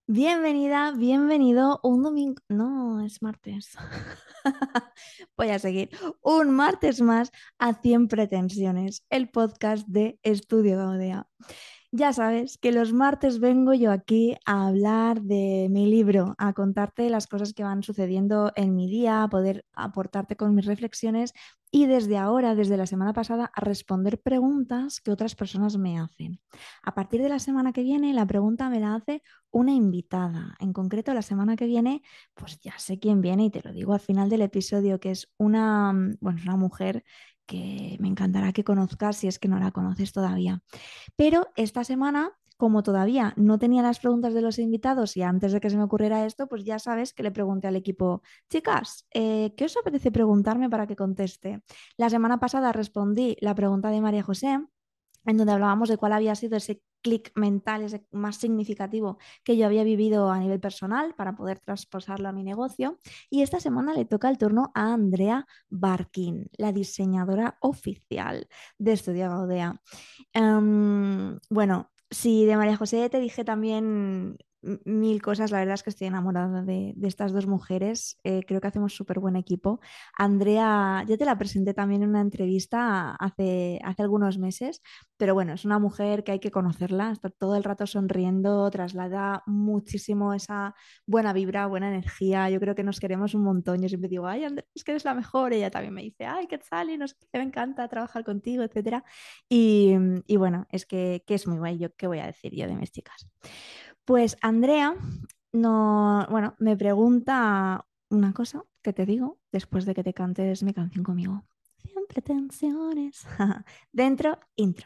Bienvenida, bienvenido un domingo. No, es martes. Voy a seguir. Un martes más a 100 pretensiones, el podcast de Estudio Gaudea. Ya sabes que los martes vengo yo aquí a hablar de mi libro, a contarte las cosas que van sucediendo en mi día, a poder aportarte con mis reflexiones y desde ahora, desde la semana pasada, a responder preguntas que otras personas me hacen. A partir de la semana que viene, la pregunta me la hace una invitada. En concreto, la semana que viene, pues ya sé quién viene y te lo digo al final del episodio, que es bueno, es una mujer que me encantará que conozcas si es que no la conoces todavía. Pero esta semana, como todavía no tenía las preguntas de los invitados y antes de que se me ocurriera esto, pues ya sabes que le pregunté al equipo, chicas, ¿qué os apetece preguntarme para que conteste? La semana pasada respondí la pregunta de María José, en donde hablábamos de cuál había sido ese clic mental, ese más significativo que yo había vivido a nivel personal para poder trasposarlo a mi negocio. Y esta semana le toca el turno a Andrea Barkin, la diseñadora oficial de Estudio Gaudea. Bueno, si de María José te dije también mil cosas, la verdad es que estoy enamorada de estas dos mujeres. Creo que hacemos súper buen equipo. Andrea, ya te la presenté también en una entrevista hace algunos meses, pero bueno, es una mujer que hay que conocerla, está todo el rato sonriendo, traslada muchísimo esa buena vibra, buena energía. Yo creo que nos queremos un montón. Yo siempre digo, ay, Andrea, es que eres la mejor. Ella también me dice, ay, qué tal, y no sé qué, me encanta trabajar contigo, etcétera. Y bueno, que es muy guay. Yo, ¿qué voy a decir yo de mis chicas? Pues Andrea no, bueno, me pregunta una cosa que te digo después de que te cantes mi canción conmigo. Siempre tensiones. Dentro, intro.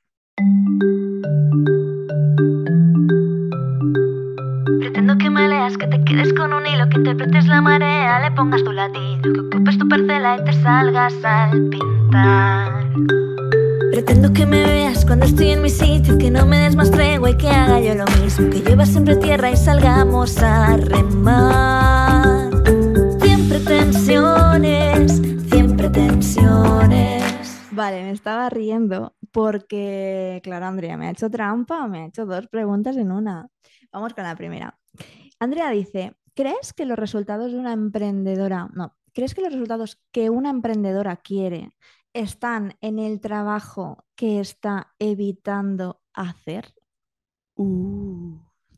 Pretendo que me leas, que te quedes con un hilo, que interpretes la marea, le pongas tu latido, que ocupes tu parcela y te salgas al pintar. Pretendo que me veas cuando estoy en mi sitio, que no me des más tregua y que haga yo lo mismo, que llueva siempre tierra y salgamos a remar. Siempre tensiones, siempre tensiones. Vale, me estaba riendo porque, claro, Andrea me ha hecho trampa, me ha hecho dos preguntas en una. Vamos con la primera. Andrea dice, ¿crees que los resultados de una emprendedora, no, ¿crees que los resultados que una emprendedora quiere están en el trabajo que está evitando hacer? Uh.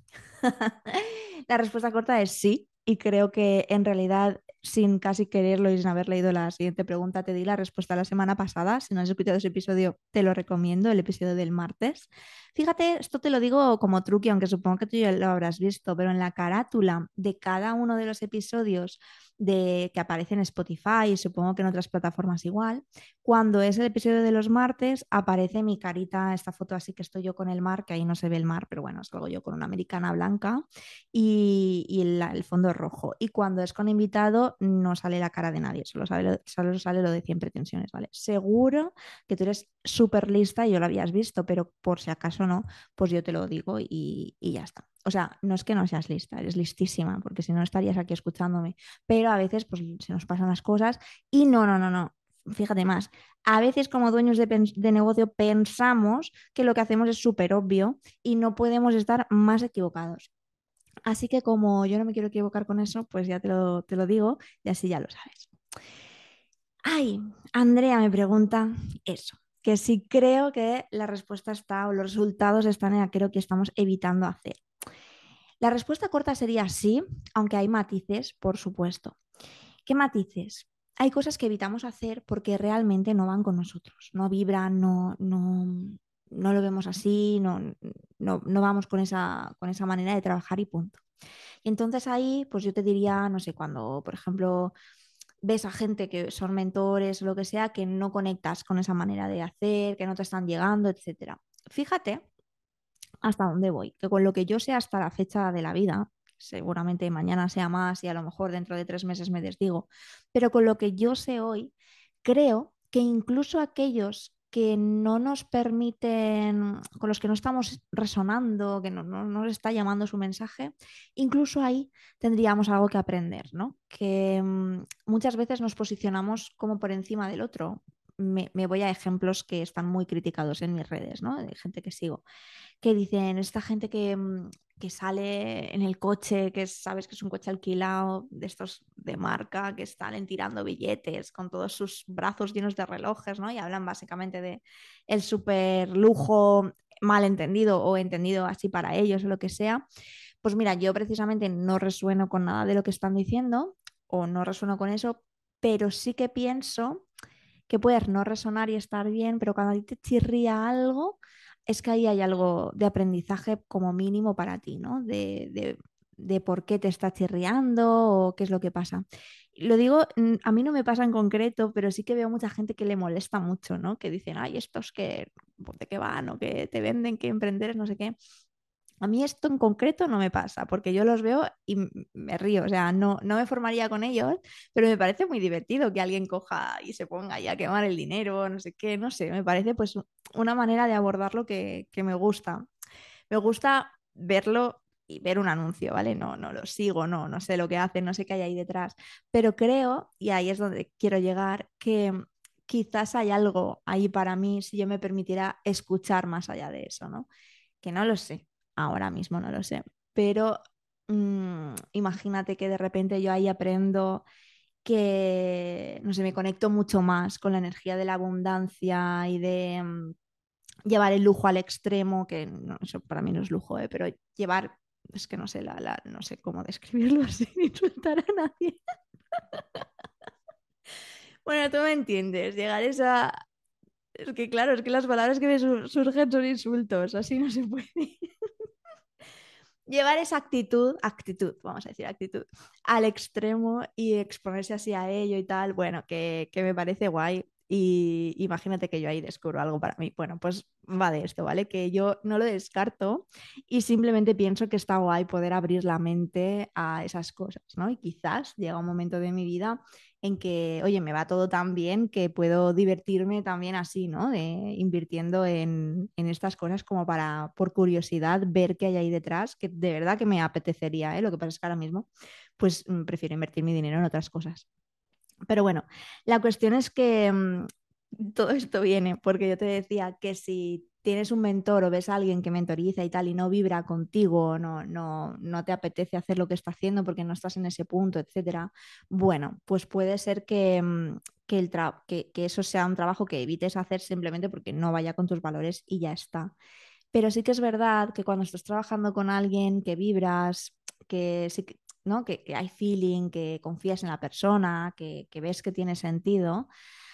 La respuesta corta es sí, y creo que en realidad, sin casi quererlo y sin haber leído la siguiente pregunta, te di la respuesta la semana pasada. Si no has escuchado ese episodio, te lo recomiendo, el episodio del martes. Fíjate, esto te lo digo como truque, aunque supongo que tú ya lo habrás visto, pero en la carátula de cada uno de los episodios que aparece en Spotify y supongo que en otras plataformas igual, cuando es el episodio de los martes, aparece mi carita, esta foto así que estoy yo con el mar, que ahí no se ve el mar, pero bueno, salgo yo con una americana blanca y el fondo es rojo. Y cuando es con invitado, no sale la cara de nadie, solo sale lo de 100 pretensiones, ¿vale? Seguro que tú eres súper lista y yo lo habías visto, pero por si acaso no, pues yo te lo digo y ya está. O sea, no es que no seas lista, eres listísima, porque si no estarías aquí escuchándome, pero a veces pues se nos pasan las cosas y no. Fíjate más, a veces como dueños de negocio pensamos que lo que hacemos es súper obvio y no podemos estar más equivocados. Así que como yo no me quiero equivocar con eso, pues ya te lo digo y así ya lo sabes. Ay, Andrea me pregunta eso, que si creo que la respuesta está o los resultados están en aquello que estamos evitando hacer. La respuesta corta sería sí, aunque hay matices, por supuesto. ¿Qué matices? Hay cosas que evitamos hacer porque realmente no van con nosotros, no vibran, no lo vemos así, no vamos con esa manera de trabajar y punto. Y entonces ahí, pues yo te diría, no sé, cuando, por ejemplo, ves a gente que son mentores o lo que sea, que no conectas con esa manera de hacer, que no te están llegando, etcétera. Fíjate hasta dónde voy, que con lo que yo sé hasta la fecha de la vida, seguramente mañana sea más y a lo mejor dentro de 3 meses me desdigo, pero con lo que yo sé hoy, creo que incluso aquellos que no nos permiten, con los que no estamos resonando, que no nos está llamando su mensaje, incluso ahí tendríamos algo que aprender, ¿no? Que muchas veces nos posicionamos como por encima del otro. Me voy a ejemplos que están muy criticados en mis redes, ¿no? De gente que sigo que dicen, esta gente que sale en el coche, que sabes que es un coche alquilado de estos de marca, que salen tirando billetes con todos sus brazos llenos de relojes, ¿no? Y hablan básicamente de el super lujo mal entendido o entendido así para ellos o lo que sea. Pues mira, yo precisamente no resueno con nada de lo que están diciendo o no resueno con eso, pero sí que pienso que puedes no resonar y estar bien, pero cuando a ti te chirría algo, es que ahí hay algo de aprendizaje como mínimo para ti, ¿no? De por qué te está chirriando o qué es lo que pasa. Lo digo, a mí no me pasa en concreto, pero sí que veo mucha gente que le molesta mucho, ¿no? Que dicen, ay, estos que, ¿de qué van? O que te venden, que emprender, no sé qué. A mí esto en concreto no me pasa, porque yo los veo y me río, o sea, no me formaría con ellos, pero me parece muy divertido que alguien coja y se ponga ya a quemar el dinero, no sé qué, no sé, me parece pues una manera de abordarlo que me gusta. Me gusta verlo y ver un anuncio, ¿vale? No lo sigo, no sé lo que hacen, no sé qué hay ahí detrás, pero creo, y ahí es donde quiero llegar, que quizás hay algo ahí para mí si yo me permitiera escuchar más allá de eso, ¿no? Que no lo sé, ahora mismo no lo sé, pero imagínate que de repente yo ahí aprendo que, no sé, me conecto mucho más con la energía de la abundancia y de llevar el lujo al extremo, que no, eso para mí no es lujo, pero llevar, es que no sé, no sé cómo describirlo sin insultar a nadie. Bueno, tú me entiendes, llegar a esa... Es que claro, es que las palabras que me surgen son insultos, así no se puede. Llevar esa vamos a decir actitud, al extremo y exponerse así a ello y tal, bueno, que me parece guay. Y imagínate que yo ahí descubro algo para mí. Bueno, pues va de esto, ¿vale? Que yo no lo descarto y simplemente pienso que está guay poder abrir la mente a esas cosas, ¿no? Y quizás llega un momento de mi vida en que, oye, me va todo tan bien que puedo divertirme también así, ¿no? Invirtiendo en estas cosas como para, por curiosidad, ver qué hay ahí detrás, que de verdad que me apetecería, ¿eh? Lo que pasa es que ahora mismo, pues prefiero invertir mi dinero en otras cosas. Pero bueno, la cuestión es que todo esto viene porque yo te decía que si tienes un mentor o ves a alguien que mentoriza y tal y no vibra contigo, no te apetece hacer lo que está haciendo porque no estás en ese punto, etcétera, bueno, pues puede ser que eso sea un trabajo que evites hacer simplemente porque no vaya con tus valores y ya está. Pero sí que es verdad que cuando estás trabajando con alguien que vibras, que sí ¿no? Que hay feeling, que confías en la persona, que ves que tiene sentido.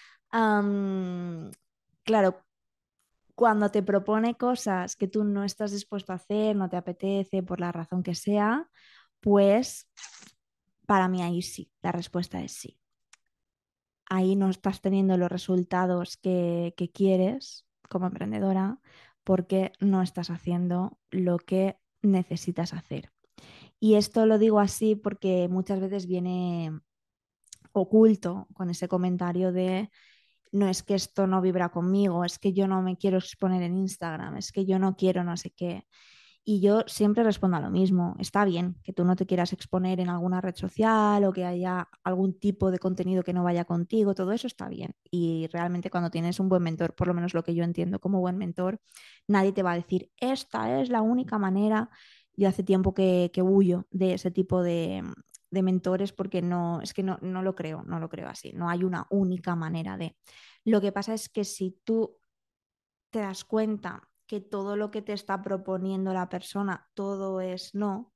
Am, claro, cuando te propone cosas que tú no estás dispuesto a hacer, no te apetece, por la razón que sea, pues para mí ahí sí, la respuesta es sí. Ahí no estás teniendo los resultados que quieres como emprendedora porque no estás haciendo lo que necesitas hacer. Y esto lo digo así porque muchas veces viene oculto con ese comentario de no es que esto no vibra conmigo, es que yo no me quiero exponer en Instagram, es que yo no quiero no sé qué. Y yo siempre respondo a lo mismo. Está bien que tú no te quieras exponer en alguna red social o que haya algún tipo de contenido que no vaya contigo, todo eso está bien. Y realmente cuando tienes un buen mentor, por lo menos lo que yo entiendo como buen mentor, nadie te va a decir, esta es la única manera. Yo hace tiempo que huyo de ese tipo de mentores porque no, es que no lo creo, no lo creo así. No hay una única manera de. Lo que pasa es que si tú te das cuenta que todo lo que te está proponiendo la persona, todo es no,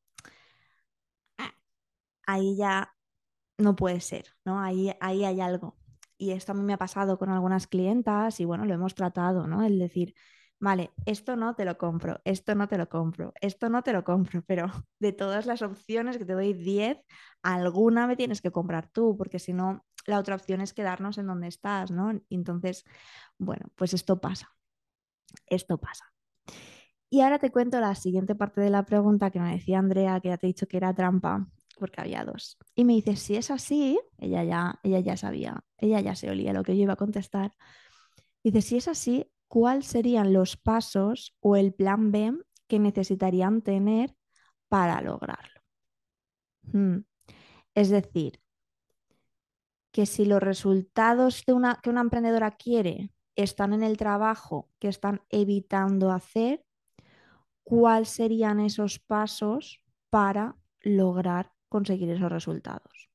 ahí ya no puede ser, ¿no? Ahí hay algo. Y esto a mí me ha pasado con algunas clientas y bueno, lo hemos tratado, ¿no? El decir, vale, esto no te lo compro, esto no te lo compro, esto no te lo compro, pero de todas las opciones que te doy 10 alguna me tienes que comprar tú, porque si no, la otra opción es quedarnos en donde estás, ¿no? Y entonces, bueno, pues esto pasa, esto pasa. Y ahora te cuento la siguiente parte de la pregunta que me decía Andrea, que ya te he dicho que era trampa, porque había dos. Y me dice, si es así, ella ya sabía, ella ya se olía lo que yo iba a contestar. Dice, si es así, ¿cuáles serían los pasos o el plan B que necesitarían tener para lograrlo? Hmm. Es decir, que si los resultados que una emprendedora quiere están en el trabajo que están evitando hacer, ¿cuáles serían esos pasos para lograr conseguir esos resultados?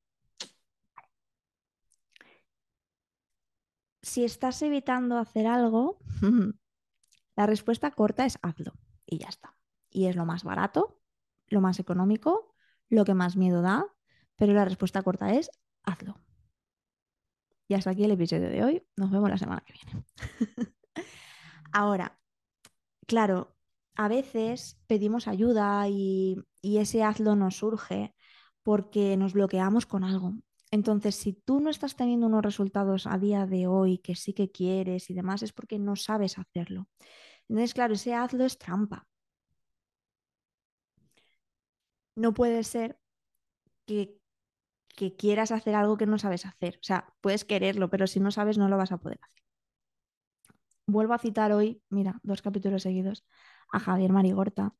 Si estás evitando hacer algo, la respuesta corta es hazlo y ya está. Y es lo más barato, lo más económico, lo que más miedo da, pero la respuesta corta es hazlo. Y hasta aquí el episodio de hoy. Nos vemos la semana que viene. Ahora, claro, a veces pedimos ayuda y ese hazlo nos surge porque nos bloqueamos con algo. Entonces, si tú no estás teniendo unos resultados a día de hoy que sí que quieres y demás, es porque no sabes hacerlo. Entonces, claro, ese hazlo es trampa. No puede ser que, que quieras hacer algo que no sabes hacer. O sea, puedes quererlo, pero si no sabes, no lo vas a poder hacer. Vuelvo a citar hoy, mira, 2 capítulos seguidos, a Javier Marigorta,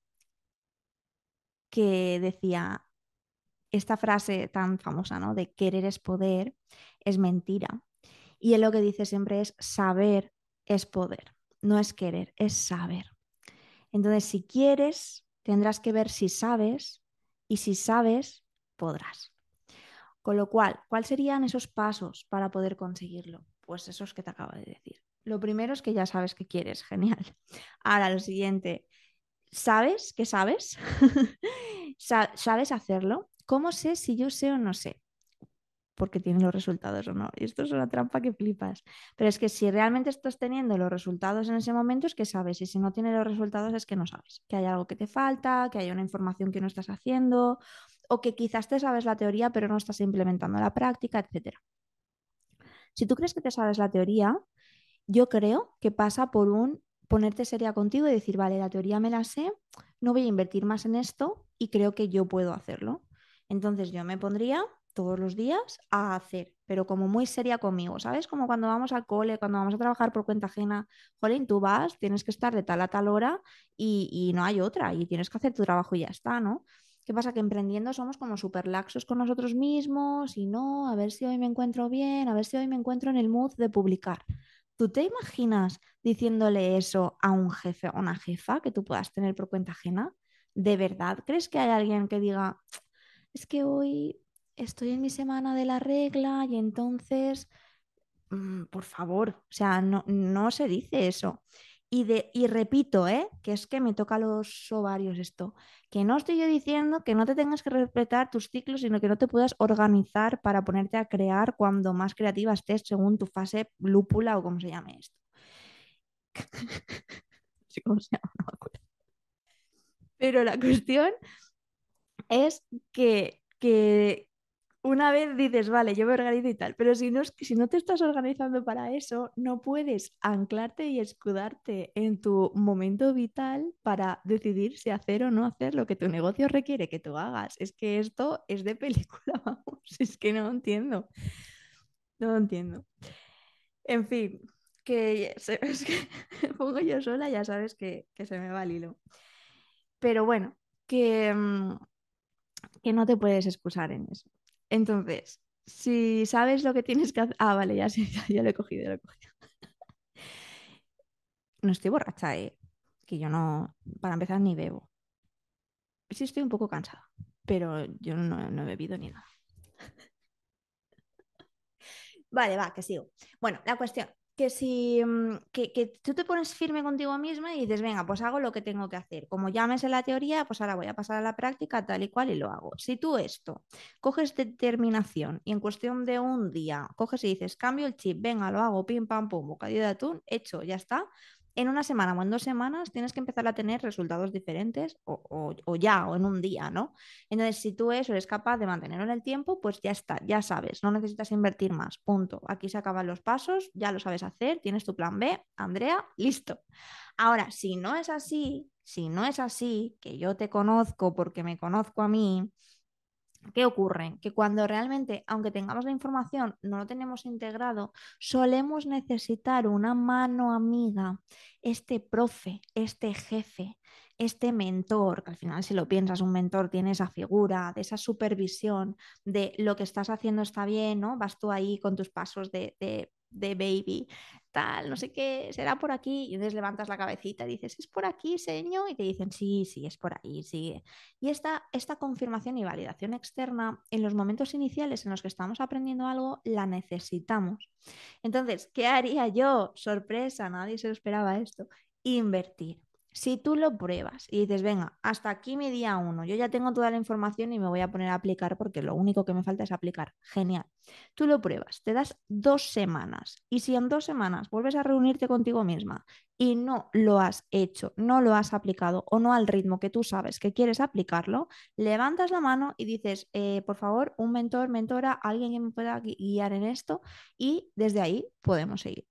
que decía esta frase tan famosa, ¿no? De querer es poder, es mentira. Y él lo que dice siempre es saber es poder. No es querer, es saber. Entonces, si quieres, tendrás que ver si sabes y si sabes, podrás. Con lo cual, ¿cuáles serían esos pasos para poder conseguirlo? Pues esos que te acabo de decir. Lo primero es que ya sabes que quieres, genial. Ahora, lo siguiente, ¿sabes que sabes? ¿Sabes hacerlo? ¿Cómo sé si yo sé o no sé? Porque tienen los resultados o no. Y esto es una trampa que flipas. Pero es que si realmente estás teniendo los resultados en ese momento es que sabes. Y si no tienes los resultados es que no sabes. Que hay algo que te falta, que hay una información que no estás haciendo, o que quizás te sabes la teoría pero no estás implementando la práctica, etcétera. Si tú crees que te sabes la teoría, yo creo que pasa por un ponerte seria contigo y decir, vale, la teoría me la sé, no voy a invertir más en esto y creo que yo puedo hacerlo. Entonces yo me pondría todos los días a hacer, pero como muy seria conmigo, ¿sabes? Como cuando vamos al cole, cuando vamos a trabajar por cuenta ajena, jolín, tú vas, tienes que estar de tal a tal hora y no hay otra y tienes que hacer tu trabajo y ya está, ¿no? ¿Qué pasa? Que emprendiendo somos como súper laxos con nosotros mismos y no, a ver si hoy me encuentro bien, a ver si hoy me encuentro en el mood de publicar. ¿Tú te imaginas diciéndole eso a un jefe o una jefa que tú puedas tener por cuenta ajena? ¿De verdad crees que hay alguien que diga, es que hoy estoy en mi semana de la regla y entonces por favor, o sea, no, no se dice eso. Y repito, que es que me toca los ovarios esto, que no estoy yo diciendo que no te tengas que respetar tus ciclos, sino que no te puedas organizar para ponerte a crear cuando más creativa estés según tu fase lúpula o como se llame esto. Sí, ¿cómo se llama? No me acuerdo. Pero la cuestión es que una vez dices, vale, yo me organizo y tal, pero si no te estás organizando para eso, no puedes anclarte y escudarte en tu momento vital para decidir si hacer o no hacer lo que tu negocio requiere que tú hagas. Es que esto es de película, vamos, es que no entiendo, no entiendo. En fin, es que me pongo yo sola, ya sabes que se me va el hilo. Pero bueno, que no te puedes excusar en eso. Entonces, si sabes lo que tienes que hacer... Ah, vale, ya, sí, ya lo he cogido, ya lo he cogido. No estoy borracha, ¿eh? Que yo no, para empezar, ni bebo. Sí estoy un poco cansada, pero yo no he bebido ni nada. Vale, va, que sigo. Bueno, la cuestión, que si que tú te pones firme contigo misma y dices, venga, pues hago lo que tengo que hacer. Como ya me sé la teoría, pues ahora voy a pasar a la práctica tal y cual y lo hago. Si tú esto coges determinación y en cuestión de un día coges y dices, cambio el chip, venga, lo hago, pim, pam, pum, bocadillo de atún, hecho, ya está. En una semana o en 2 semanas tienes que empezar a tener resultados diferentes o ya, o en un día, ¿no? Entonces, si tú eso eres capaz de mantenerlo en el tiempo, pues ya está, ya sabes, no necesitas invertir más, punto. Aquí se acaban los pasos, ya lo sabes hacer, tienes tu plan B, Andrea, listo. Ahora, si no es así, que yo te conozco porque me conozco a mí, ¿qué ocurre? Que cuando realmente, aunque tengamos la información, no lo tenemos integrado, solemos necesitar una mano amiga, este profe, este jefe, este mentor, que al final si lo piensas, un mentor tiene esa figura, de esa supervisión, de lo que estás haciendo está bien, ¿no? Vas tú ahí con tus pasos de de baby, tal, no sé qué, será por aquí. Y entonces levantas la cabecita y dices, ¿es por aquí, señor? Y te dicen, sí, sí, es por ahí, sigue. Y esta confirmación y validación externa en los momentos iniciales en los que estamos aprendiendo algo, la necesitamos. Entonces, ¿qué haría yo? Sorpresa, nadie se lo esperaba esto. Invertir. Si tú lo pruebas y dices, venga, hasta aquí mi día uno, yo ya tengo toda la información y me voy a poner a aplicar porque lo único que me falta es aplicar. Genial. Tú lo pruebas, te das 2 semanas y si en 2 semanas vuelves a reunirte contigo misma y no lo has hecho, no lo has aplicado o no al ritmo que tú sabes que quieres aplicarlo, levantas la mano y dices, por favor, un mentor, mentora, alguien que me pueda guiar en esto y desde ahí podemos seguir.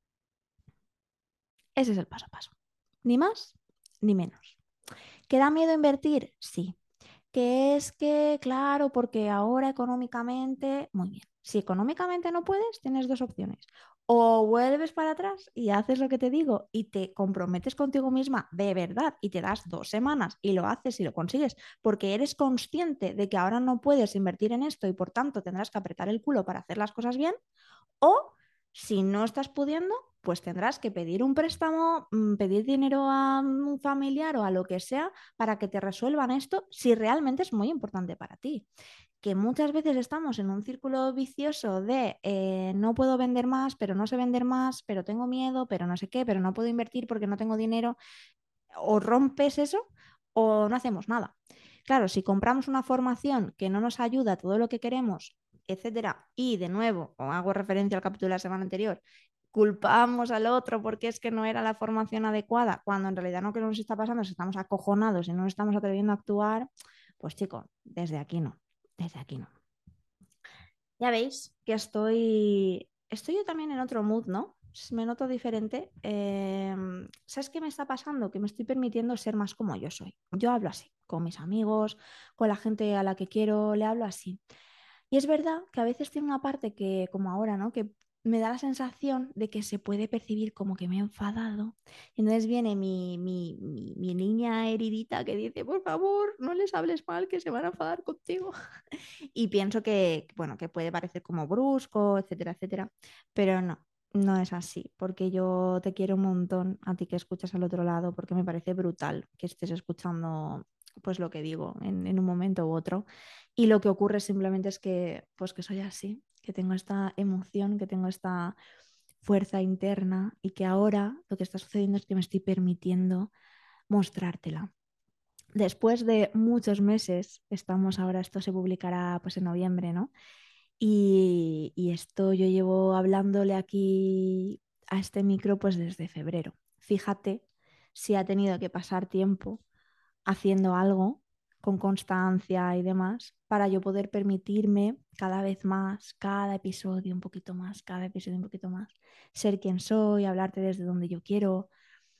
Ese es el paso a paso. Ni más ni menos. ¿Que da miedo invertir? Sí. Que es que, claro, porque ahora económicamente, muy bien. Si económicamente no puedes, tienes dos opciones. O vuelves para atrás y haces lo que te digo y te comprometes contigo misma de verdad y te das 2 semanas y lo haces y lo consigues porque eres consciente de que ahora no puedes invertir en esto y por tanto tendrás que apretar el culo para hacer las cosas bien. O si no estás pudiendo, pues tendrás que pedir un préstamo, pedir dinero a un familiar o a lo que sea para que te resuelvan esto si realmente es muy importante para ti. Que muchas veces estamos en un círculo vicioso de no puedo vender más, pero no sé vender más, pero tengo miedo, pero no sé qué, pero no puedo invertir porque no tengo dinero. O rompes eso o no hacemos nada. Claro, si compramos una formación que no nos ayuda a todo lo que queremos, etcétera, y de nuevo, o hago referencia al capítulo de la semana anterior, culpamos al otro porque es que no era la formación adecuada, cuando en realidad no que nos está pasando es que estamos acojonados y no nos estamos atreviendo a actuar, pues chico, desde aquí no. Ya veis que estoy yo también en otro mood, ¿no? Me noto diferente. ¿Sabes qué me está pasando? Que me estoy permitiendo ser más como yo soy. Yo hablo así, con mis amigos, con la gente a la que quiero, le hablo así. Y es verdad que a veces tiene una parte que, como ahora, ¿no? Que me da la sensación de que se puede percibir como que me he enfadado. Y entonces viene mi niña heridita que dice, por favor, no les hables mal, que se van a enfadar contigo. Y pienso que, bueno, que puede parecer como brusco, etcétera, etcétera, pero no, no es así, porque yo te quiero un montón a ti que escuchas al otro lado, porque me parece brutal que estés escuchando pues lo que digo en un momento u otro. Y lo que ocurre simplemente es que, pues que soy así, que tengo esta emoción, que tengo esta fuerza interna y que ahora lo que está sucediendo es que me estoy permitiendo mostrártela. Después de muchos meses, estamos ahora, esto se publicará pues en noviembre, ¿no? Y esto yo llevo hablándole aquí a este micro pues desde febrero. Fíjate si ha tenido que pasar tiempo haciendo algo con constancia y demás para yo poder permitirme cada vez más, cada episodio un poquito más, cada episodio un poquito más, ser quien soy, hablarte desde donde yo quiero,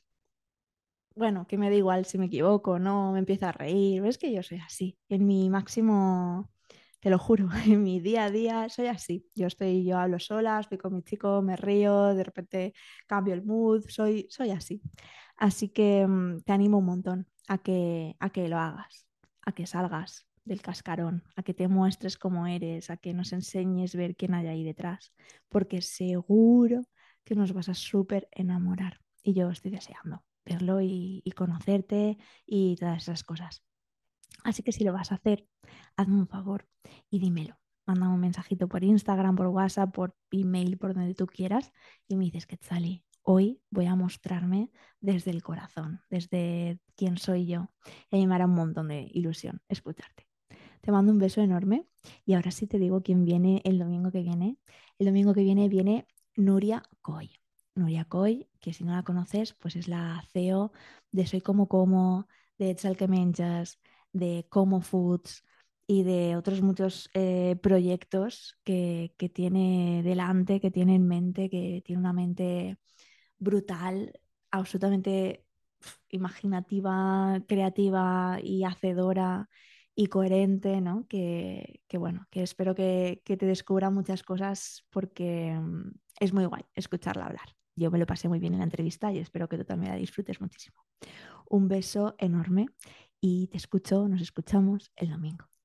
bueno, que me da igual si me equivoco, no, me empiezo a reír, es que yo soy así, en mi máximo, te lo juro, en mi día a día soy así, yo hablo sola, estoy con mi chico, me río, de repente cambio el mood, soy así. Así que te animo un montón a que lo hagas, a que salgas del cascarón, a que te muestres cómo eres, a que nos enseñes ver quién hay ahí detrás, porque seguro que nos vas a súper enamorar y yo estoy deseando verlo y conocerte y todas esas cosas. Así que si lo vas a hacer, hazme un favor y dímelo. Mándame un mensajito por Instagram, por WhatsApp, por email, por donde tú quieras y me dices, Quetzali, hoy voy a mostrarme desde el corazón, desde quién soy yo. Y a mí me hará un montón de ilusión escucharte. Te mando un beso enorme y ahora sí te digo quién viene el domingo que viene. El domingo que viene Nuria Coy. Nuria Coy, que si no la conoces, pues es la CEO de Soy Como, de Ets el que menjas, de Como Foods y de otros muchos proyectos que tiene delante, que tiene en mente, que tiene una mente brutal, absolutamente imaginativa, creativa y hacedora y coherente, ¿no? Que bueno, que espero que te descubra muchas cosas porque es muy guay escucharla hablar. Yo me lo pasé muy bien en la entrevista y espero que tú también la disfrutes muchísimo. Un beso enorme y te escucho, nos escuchamos el domingo.